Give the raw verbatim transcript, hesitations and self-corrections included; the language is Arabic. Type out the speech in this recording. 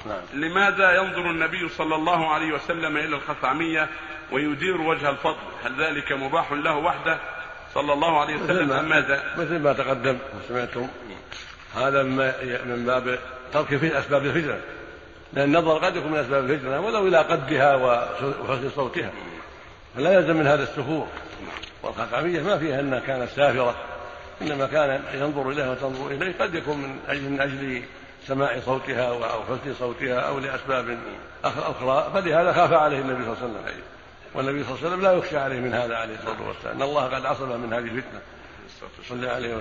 نعم. لماذا ينظر النبي صلى الله عليه وسلم إلى الخثعمية ويدير وجه الفضل؟ هل ذلك مباح له وحده صلى الله عليه وسلم أم ماذا؟ مثل ما تقدم وسمعتم، هذا من باب ترك في أسباب الفتنة، لأن النظر قد يكون من أسباب الفتنة ولو إلى قدها وحسن صوتها، فلا يلزم من هذا السفور. والخثعمية ما فيها أنها كانت سافرة، إنما كان ينظر إليها وتنظر إليه، قد يكون من أجل, من أجل سماع صوتها أو حسن صوتها أو لأسباب أخرى، فلهذا خاف عليه النبي صلى الله عليه وسلم. والنبي صلى الله عليه وسلم لا يخشى عليه من هذا عليه الصلاة والسلام، إن الله قد عصم من هذه الفتنة. صلى الله عليه وسلم.